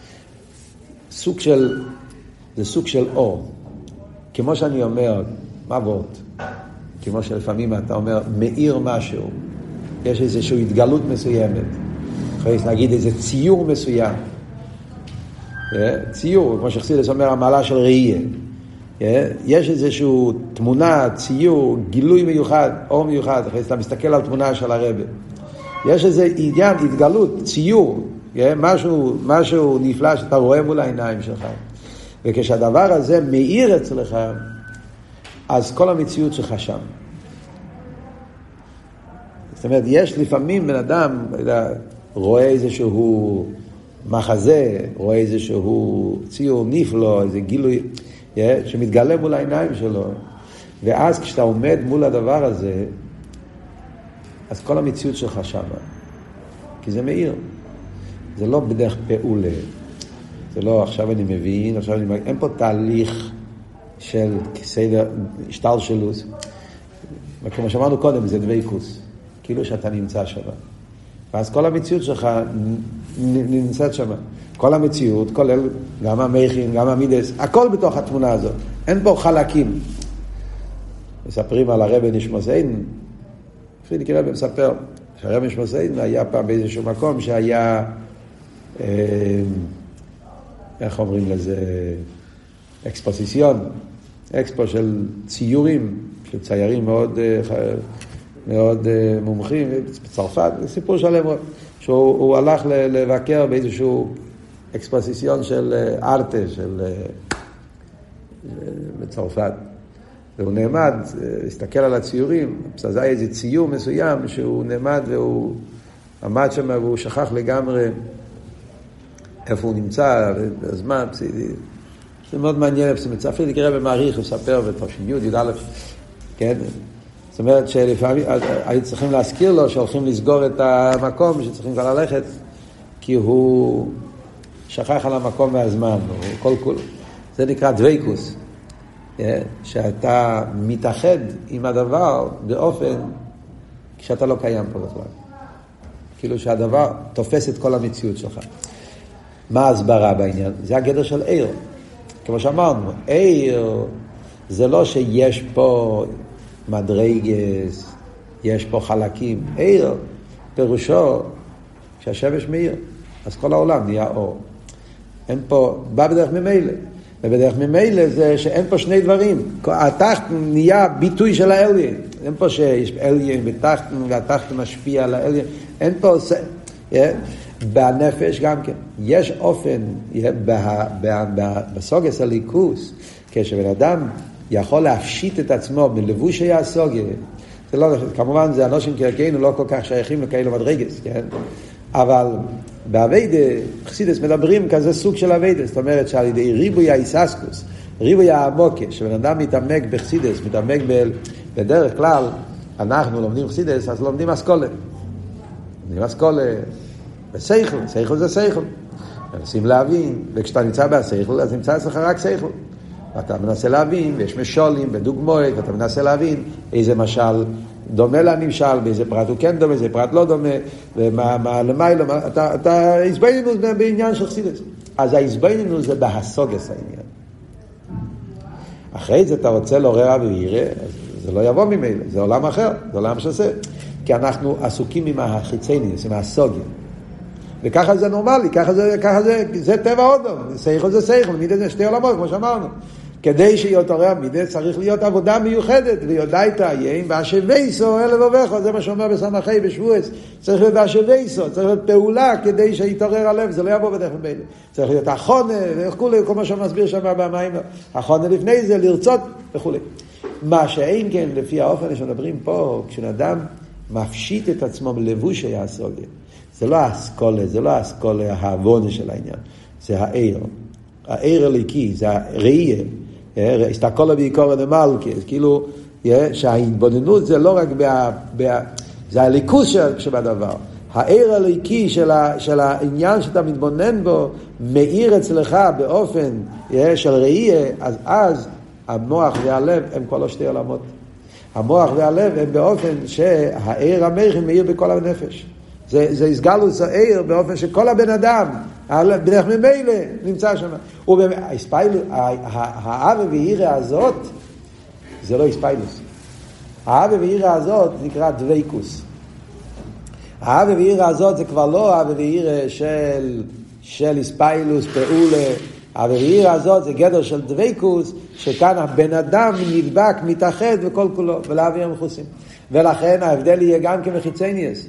זה סוג של אור. כמו שאני אומר, מה ועוד? כמו שלפעמים אתה אומר, מאיר משהו. יש איזושהי התגלות מסוימת. יכול להגיד איזה ציור מסוים. ציור, כמו שחסידס אומר, המעלה של ראייה. יש איזושהי תמונה, ציור, גילוי מיוחד, אור מיוחד. אתה מסתכל על תמונה של הרבי. יש איזה עניין, התגלות, ציור. משהו נפלא שאתה רואה מול העיניים שלך. וכשהדבר הזה מאיר אצלך, אז כל המציאות שלך שם. זאת אומרת, יש לפעמים בן אדם רואה איזשהו מחזה, רואה איזשהו ציור נפלא, איזה גילוי שמתגלה מול העיניים שלו, ואז כשאתה עומד מול הדבר הזה, אז כל המציאות שלך שמה, כי זה מאיר, זה לא בדרך פעולה, זה לא עכשיו אני מבין, עכשיו אני מבין, אין פה תהליך של סדר, השתלשלות, וכמו שאמרנו קודם, זה דבקות, כאילו שאתה נמצא שם, ואז כל המציאות שלך נמצאת שם, כל המציאות, כולל גם המכין, גם המידס, הכל בתוך התמונה הזאת, אין פה חלקים. מספרים על הרבי נשמוסיין, פרידיקי רבי מספר שהרבי נשמוסיין היה פעם באיזשהו מקום שהיה, איך אומרים לזה, אקספוסיציון, אקספו של ציורים, של ציירים מאוד, מאוד מומחים, בצרפת, סיפור שלם, שהוא הלך לבקר באיזשהו אקספוסיציון של ארטה, בצרפת. והוא נעמד, הסתכל על הציורים, זה היה איזה ציור מסוים שהוא נעמד והוא עמד שם והוא שכח לגמרי איפה הוא נמצא, בזמן, זה מאוד מעניין, אפילו תקרא במעריך, הוא מספר בתושין י' י' כן? זאת אומרת שלפעמים היו צריכים להזכיר לו שהולכים לסגור את המקום, שצריכים כבר ללכת, כי הוא שכח על המקום והזמן, זה נקרא דוויקוס. שאתה מתאחד עם הדבר באופן כשאתה לא קיים פה בכלל, כאילו שהדבר תופס את כל המציאות שלך. מה ההסברה בעניין? זה הגדר של עיר, כמו שאמרנו, עיר זה לא שיש פה מדרגס, יש פה חלקים. עיר פירושו כשהשמש מאיר אז כל העולם נהיה אור, אין פה, בא בדרך ממילא, ובדרך ממילא זה שאין פה שני דברים. התחת נהיה ביטוי של האליין. אין פה שיש אליין בתחת והתחת משפיע על האליין. אין פה... בנפש גם כן. יש אופן בסוגס הליכוס, כשבן אדם יכול להפשיט את עצמו בלבושי הסוגיה. זה לא, כמובן זה אנשים כערכנו לא כל כך שייכים לכאלו מדרגס, כן? אבל בעבודה, חסידס מדברים כזה סוג של עבודה, זאת אומרת שעל ידי ריבוי האיססקוס, ריבוי העמוקה, שבן אדם מתעמק בחסידס, מתעמק בדרך כלל, אנחנו לומדים חסידס, אז לומדים אסכולה. לומדים אסכולה בסייכל, סייכל זה סייכל. מנסים להבין, וכשאתה נמצא בסייכל, אז נמצא אצלך רק סייכל. ואתה מנסה להבין, ויש משולים, בדוגמאות, ואתה מנסה להבין איזה משל דומה לנמשל, באיזה פרט הוא כן דומה, איזה פרט לא דומה, ומה למיילו, אתה הסביננו בעניין של חסידס. אז ההסביננו זה בהסוגס העניין. אחרי זה אתה רוצה לעורר ויראה, זה לא יבוא ממילא, זה עולם אחר, זה עולם שעושה. כי אנחנו עסוקים עם החיצייניוס, עם הסוגים. וככה זה נורמלי, ככה זה טבע אודום, סייכל זה סייכל, מידה זה שתי עולמות, כמו שאמרנו. כדי שיותרע מידה צריך להיות עבודה מיוחדת, ויודעת יהיה בהשוויסו אלף ובכו, זה מה שאומר בסמכי בשבועס, צריך להיות בהשוויסו, צריך להיות פעולה כדי שיתעורר הלב, זה לא יבוא בדרך ממילא. צריך להיות החונה, וכולי, כל מה שמסביר שם במים, החונה לפני זה, לרצות וכולי. מה שאין כן, לפי האופן שמדברים פה, כשאדם מפשיט את עצמו בלבושי הסוגיה, זה לא האסכולה, זה לא האסכולה ההבונה של העניין, זה העיר. העיר הליקי, זה הראייה. הסתכלה בעיקר למלכה, כאילו שההתבוננות זה לא רק זה הליכוס שבדבר. העיר הליקי של העניין שאתה מתבונן בו, מאיר אצלך באופן של ראייה, אז המוח והלב הם כל השתי עולמות. המוח והלב הם באופן שהעיר המכין מאיר בכל הנפש. זה הסגלוס העיר באופן שכל הבן אדם, בדרך ממילא, נמצא שם. האווה והעירה הזאת, זה לא הספיילוס. האווה והעירה הזאת נקרא דוויקוס. האווה והעירה הזאת זה כבר לא האווה והעירה של הספיילוס, פעולה. האווה והעירה הזאת זה גדר של דוויקוס, שכאן הבן אדם נדבק, מתאחד וכל כולו, ולהביא המחוסים. ולכן ההבדל יהיה גם כמחיצניאס.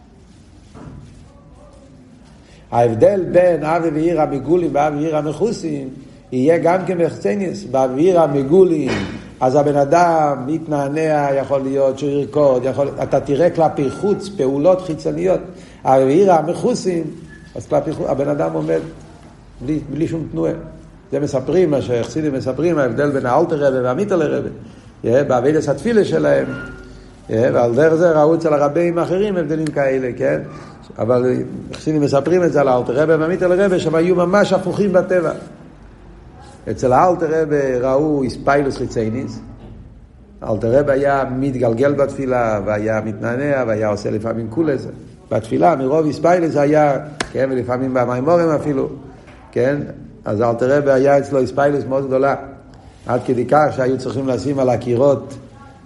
ההבדל בין אבי ועיר המגולים ואבי ועיר המחוסים יהיה גם כמחצניס. באבי ועיר המגולים אז הבן אדם מתנענע, יכול להיות שהוא ירקוד, אתה תראה כלפי חוץ, פעולות חיצוניות. העיר המחוסים, אז כלפי חוץ, הבן אדם עומד בלי שום תנועה. זה מספרים, מה שהחסידים מספרים, ההבדל בין האלטר רבי והמיטל רבי. בעבודת התפילה שלהם, ועל דרך זה ראו אצל הרבים האחרים הבדלים כאלה, כן? אבל החסידים מספרים את זה על האלטר רבי והמיטל רבי, שהם היו ממש הפוכים בטבע. אצל האלטר רבי ראו איספיילוס חיצייניס. האלטר רבי היה מתגלגל בתפילה, והיה מתנענע, והיה עושה לפעמים קולס. בתפילה, מרוב איספיילוס היה, כן, ולפעמים במימורים אפילו, כן? אז האלטר רבי היה אצלו איספיילוס מאוד גדולה. עד כדי כך שהיו צריכים לשים על הקירות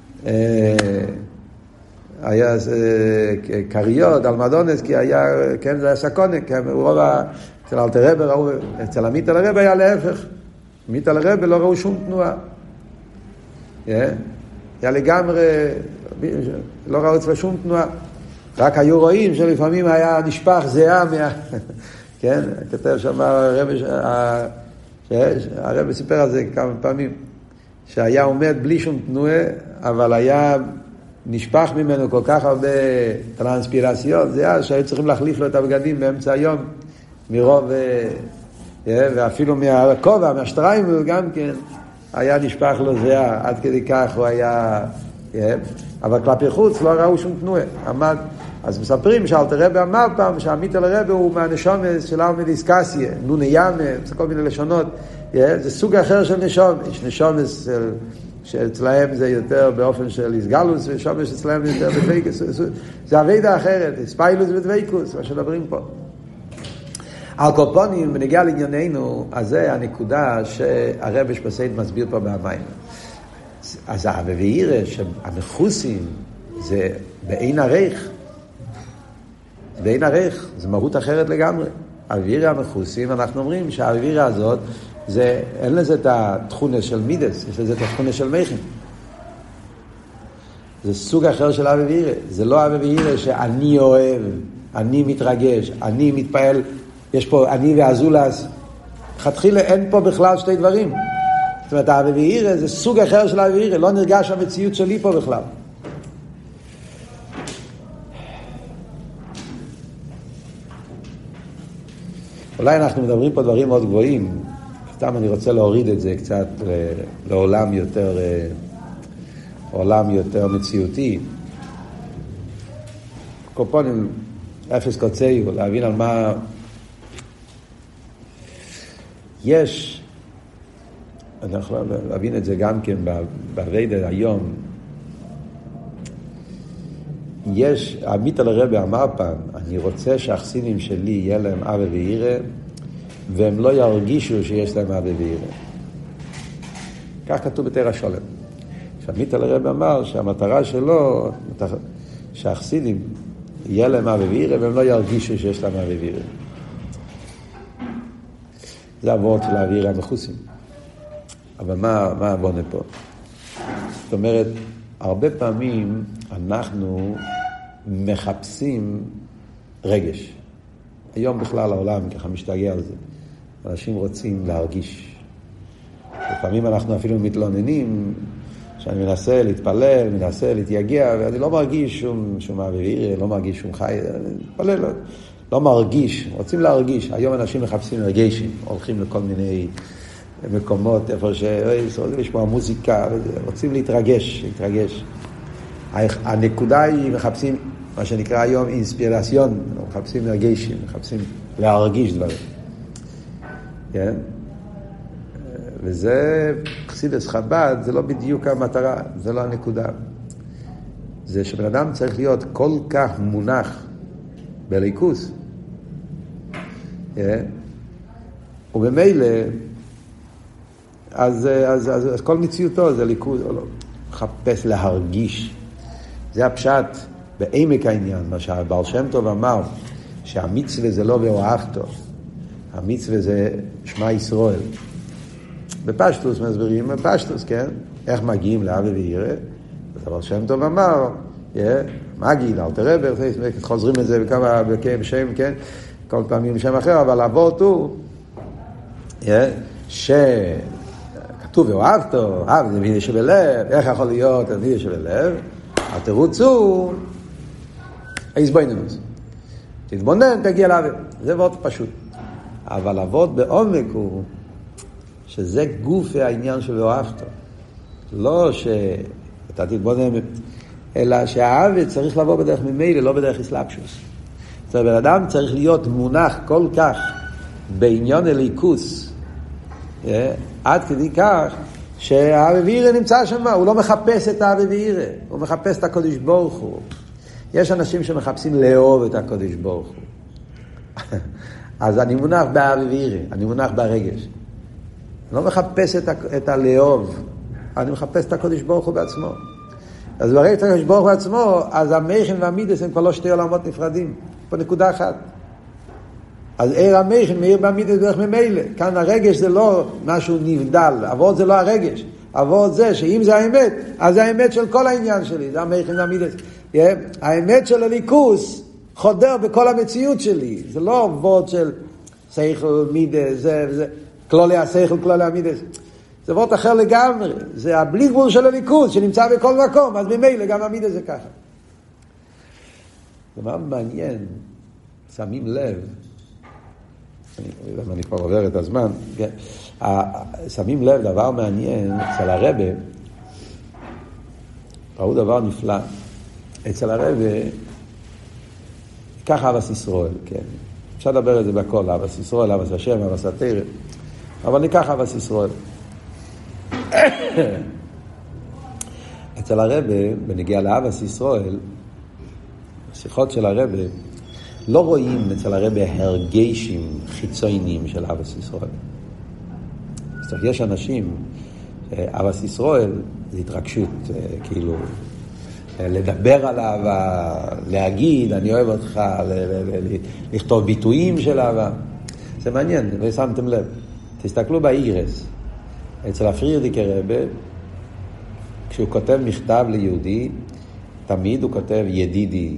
היה קריות, על מדונס, כי היה, כן, זה היה סקונה, כן, אצל האלטר רבי ראו, אצל המיטל רבי היה להפך. מיטל רבי לא ראו שום תנועה. היה לגמרי, לא ראו אצלו שום תנועה. רק היו רואים שלפעמים היה נשפך זהה כן, כתב שם הרבי סיפר על זה כמה פעמים, שהיה עומד בלי שום תנועה, אבל היה נשפך ממנו כל כך הרבה טרנספירציות, זה היה שהיו צריכים להחליף לו את הבגדים באמצע היום, מרוב, ואפילו מהכובע, מהשטריים, גם כן, היה נשפך לו זהה, עד כדי כך הוא היה, אבל כלפי חוץ לא ראו שום תנועה, עמד. אז מספרים שאלתר רבי אמר פעם שהמיטל רבי הוא מהנשומס של ארמדיסקסיה, נון ימה, זה כל מיני לשונות, זה סוג אחר של נשומס, יש נשומס שאצלהם זה יותר באופן של איסגלוס, ושומס אצלהם זה יותר בדוויקוס, זה הווידה אחרת, ספיילוס ודוויקוס, מה שמדברים פה. על קופונים, בנגיע לענייננו, אז זה הנקודה שהרבי שפסייד מסביר פה מהמים. אז האווירה שהמחוסים זה בעין הרייך, בעין הרייך, זה מהות אחרת לגמרי. האווירה המחוסים, אנחנו אומרים שהאווירה הזאת, זה, אין לזה את התכונה של מידס, יש לזה את התכונה של מייכין. זה סוג אחר של האווירה. זה לא האווירה שאני אוהב, אני מתרגש, אני מתפעל, יש פה אני ואזולס. חתחילה אין פה בכלל שתי דברים. זאת אומרת, האווירה זה סוג אחר של האווירה, לא נרגש המציאות שלי פה בכלל. אולי אנחנו מדברים פה דברים מאוד גבוהים, סתם אני רוצה להוריד את זה קצת לעולם יותר, עולם יותר מציאותי. קופונים, אפס קוצאי, להבין על מה יש, אנחנו להבין את זה גם כן בעבודה היום. יש, המיטל רבי אמר פעם, אני רוצה שהחסינים שלי יהיה להם אבא וירא, והם לא ירגישו שיש להם אבא וירא. כך כתוב בתורה שולם. שהמיטל רבי אמר שהמטרה שלו, שהחסינים יהיה להם אבא וירא, והם לא ירגישו שיש להם אבא וירא. זה עבוד של האווירה המחוסים. אבל מה עבודה פה? זאת אומרת, הרבה פעמים אנחנו מחפשים רגש. היום בכלל העולם ככה משתגע על זה. אנשים רוצים להרגיש. לפעמים אנחנו אפילו מתלוננים שאני מנסה להתפלל, מנסה להתייגע, ואני לא מרגיש שום אוויר, לא מרגיש שום חי, אני מתפלל, לא מרגיש, רוצים להרגיש. היום אנשים מחפשים רגשים, הולכים לכל מיני מקומות, איפה שרוצים לשמוע מוזיקה, רוצים להתרגש. הנקודה היא מחפשים, מה שנקרא היום אינספירציון, מחפשים רגשים, מחפשים להרגיש דברים. כן? וזה, חסידות חב"ד, זה לא בדיוק המטרה, זה לא הנקודה. זה שבן אדם צריך להיות כל כך מונח בליכוס, ובמילא, אז כל מציאותו זה ליכוז, או לא, מחפש להרגיש. זה הפשט בעמק העניין, מה שהבעל שם טוב אמר, שהמצווה זה לא ואוהבתו, המצווה זה שמע ישראל. בפשטוס מסבירים, בפשטוס, כן? איך מגיעים לאבא וירא? הבעל שם טוב אמר, מגיל, אלתר רבי, חוזרים את זה בכמה בשם, כן? כל פעמים בשם אחר, אבל אבות הוא, שכתוב כתוב ואוהבתו, אהב זה מידה שבלב, איך יכול להיות מידה שבלב? התירוץ הוא ההזבנינוס. תתבונן, תגיע לעבוד. זה מאוד פשוט. אבל לעבוד בעומק הוא שזה גוף העניין של ואוהבתו. לא שאתה תתבונן, אלא שהעבוד צריך לבוא בדרך ממילא, לא בדרך אסלאפשוס. זאת אומרת, אדם צריך להיות מונח כל כך בעניין הליכוס, עד כדי כך שהאהבה ויראה נמצא שם, הוא לא מחפש את האהבה ויראה, הוא מחפש את הקודש ברוך הוא. יש אנשים שמחפשים לאהוב את הקודש ברוך הוא. אז אני מונח באהבה ויראה, אני מונח ברגש. אני לא מחפש את הלאהוב, אני מחפש את הקודש ברוך הוא בעצמו. אז ברגע את הקודש ברוך הוא בעצמו, אז המכן והמידס הם כבר לא שתי עולמות נפרדים. פה נקודה אחת. אז עיר המכן מאיר במידס דרך ממילא. כאן הרגש זה לא משהו נבדל. עבוד זה לא הרגש. עבוד זה שאם זה האמת, אז זה האמת של כל העניין שלי. זה המכן והמידס. האמת של הליכוס חודר בכל המציאות שלי. זה לא עבוד של שכל מידס, זה כלולי השכל, כלולי המידס. זה עבוד אחר לגמרי. זה הבלי גבול של הליכוס שנמצא בכל מקום. אז ממילא גם המידס זה ככה. זה מאוד מעניין. שמים לב, אני כבר עובר את הזמן, שמים לב דבר מעניין אצל הרבה, ראו דבר נפלא, אצל הרבה, ככה אבס ישראל, כן, אפשר לדבר את זה בכל, אבס ישראל, אבס השם, אבס התרא, אבל ניקח אבס ישראל. אצל הרבה, בנגיע לאבס ישראל, שיחות של הרבה, לא רואים אצל הרבה הרגשים חיצוניים של אהבת ישראל. זאת אומרת, יש אנשים, אהבת ישראל זה התרגשות, כאילו, לדבר על אהבה, להגיד, אני אוהב אותך, לכתוב ביטויים של אהבה. זה מעניין, ושמתם לב. תסתכלו באיגרס. אצל הפרידיקי רבה, כשהוא כותב מכתב ליהודי, תמיד הוא כותב ידידי.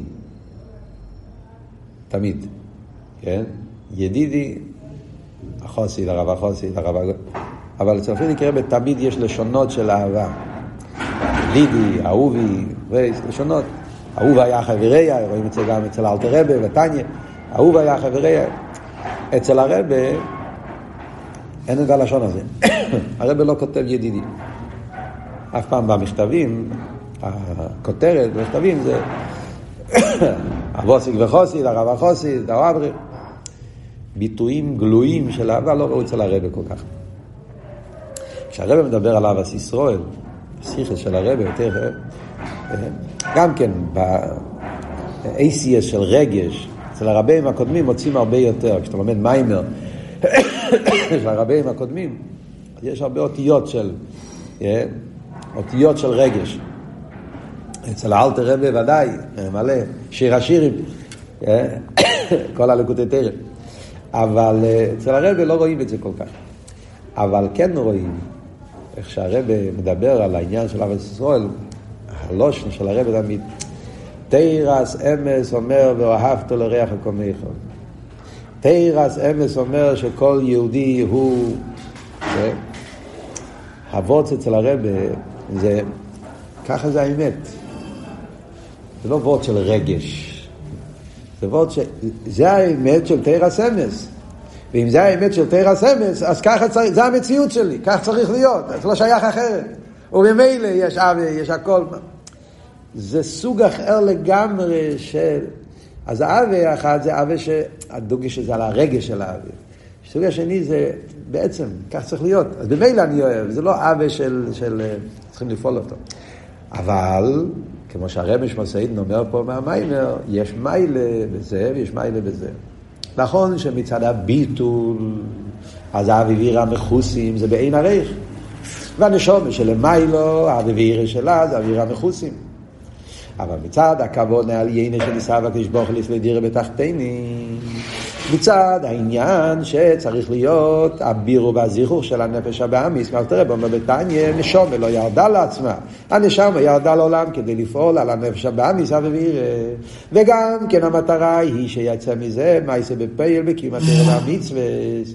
תמיד, כן? ידידי, החוסיד, הרב החוסיד, אבל אצל פרידיקי רבה תמיד יש לשונות של אהבה. לידי, אהובי, לשונות. אהוב היה חבריה, רואים את זה גם אצל אלתר רבה ותניא, אהוב היה חבריה. אצל הרבה אין את הלשון הזה. הרבה לא כותב ידידי. אף פעם במכתבים, הכותרת במכתבים זה אבוסיק וחוסיד, הרב החוסיד, האברי. ביטויים גלויים של אהבה לא ראו אצל הרבה כל כך. כשהרבה מדבר על אהבת ישראל, השיחה של הרבה יותר, גם כן ב-ACS של רגש, אצל הרבים הקודמים מוצאים הרבה יותר. כשאתה לומד מיימר של הרבים הקודמים, יש הרבה אותיות של רגש. אצל האלתר רבה ודאי, מלא, שיר השירים, כל הלקוטי תרא. אבל אצל הרבה לא רואים את זה כל כך. אבל כן רואים, איך שהרבה מדבר על העניין של אהבת ישראל, הלושן של הרבה תמיד, תירס אמס אומר ואהבת לריח הקומך. תירס אמס אומר שכל יהודי הוא, הבוץ אצל הרבה, זה, ככה זה האמת. זה לא וורט של רגש. זה וורט זה האמת של תירס אמס. ואם זה האמת של תירס אמס, אז ככה צריך, זה המציאות שלי, כך צריך להיות, זה לא שייך אחרת. ובמילא יש אהבה, יש הכל. זה סוג אחר לגמרי של... אז האהבה האחד זה אהבה שהדוגש שזה על הרגש של האהבה. הסוג השני זה בעצם, כך צריך להיות. אז במילא אני אוהב, זה לא אהבה של צריכים לפעול אותו. אבל, כמו שהרמש מסעידן אומר פה מהמיימר, יש מיילה בזה ויש מיילה בזה. נכון שמצד הביטול, אז האווירה המחוסים זה בעין הרייך. והנשום שלמיילו, האווירה שלה זה האווירה המחוסים. אבל מצד הכבוד על יינה של ישראל והקשבוך לסלדירה בתחתיני, מצד העניין שצריך להיות הבירו והזיכוך של הנפש הבאמיס, מאלתר רבה בתניא, נשום לא ירדה לעצמה, הנשום ירדה לעולם כדי לפעול על הנפש הבאמיס האווירה, וגם כן המטרה היא שיצא מזה מה יעשה בפייל בקיום התורה והמצוות,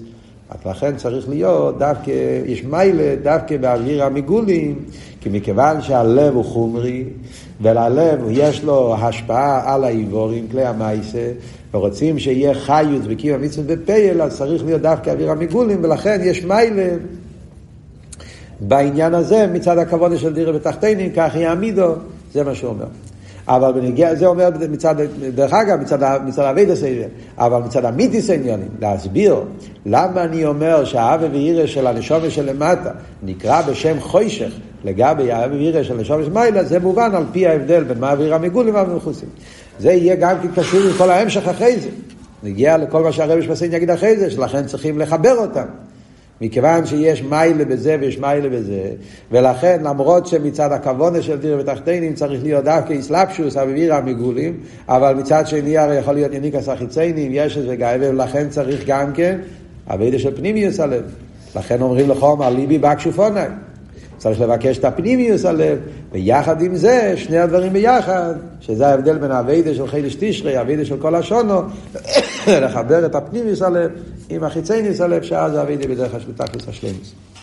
לכן צריך להיות דווקא, יש מיילה דווקא באוויר המגולים, כי מכיוון שהלב הוא חומרי, וללב יש לו השפעה על האיבורים, כלי המייסה, ורוצים שיהיה חיות וקיום המצוות בפייל, אז צריך להיות דווקא אוויר המגולים, ולכן יש מיילה בעניין הזה מצד הכוונה של דירה בתחתינים, כך יעמידו, זה מה שהוא אומר. אבל בנגיע, זה אומר מצד, דרך אגב, מצד אבידס העניין, אבל מצד אמיתיס העניינים, להסביר למה אני אומר שהאווה וירא של הנשמה שלמטה נקרא בשם חוישך לגבי האווה וירא של הנשמה שמעלה, זה מובן על פי ההבדל בין מעביר המגול ומעביר המחוסים. זה יהיה גם קשור עם כל ההמשך אחרי זה. נגיע לכל מה שהרב שמסין יגיד אחרי זה, שלכן צריכים לחבר אותם. מכיוון שיש מיילה בזה ויש מיילה בזה, ולכן למרות שמצד הכוונה של דירה בתחתינים צריך להיות דווקא איסלאפשוס אוויר המגולים, אבל מצד שני הרי יכול להיות יניקס החיציינים, יש איזה גאווה, ולכן צריך גם כן עבודה של פנימיוס הלב. לכן אומרים לחום על ליבי בקשופוני, צריך לבקש את הפנימיוס הלב, ויחד עם זה שני הדברים ביחד, שזה ההבדל בין העבודה של חידש תשרי, העבודה של כל השונו, לחבר את הפנימיוס הלב עם החיצייניס הלב, שאז העבודה בדרך השלטה כוס השלמוס.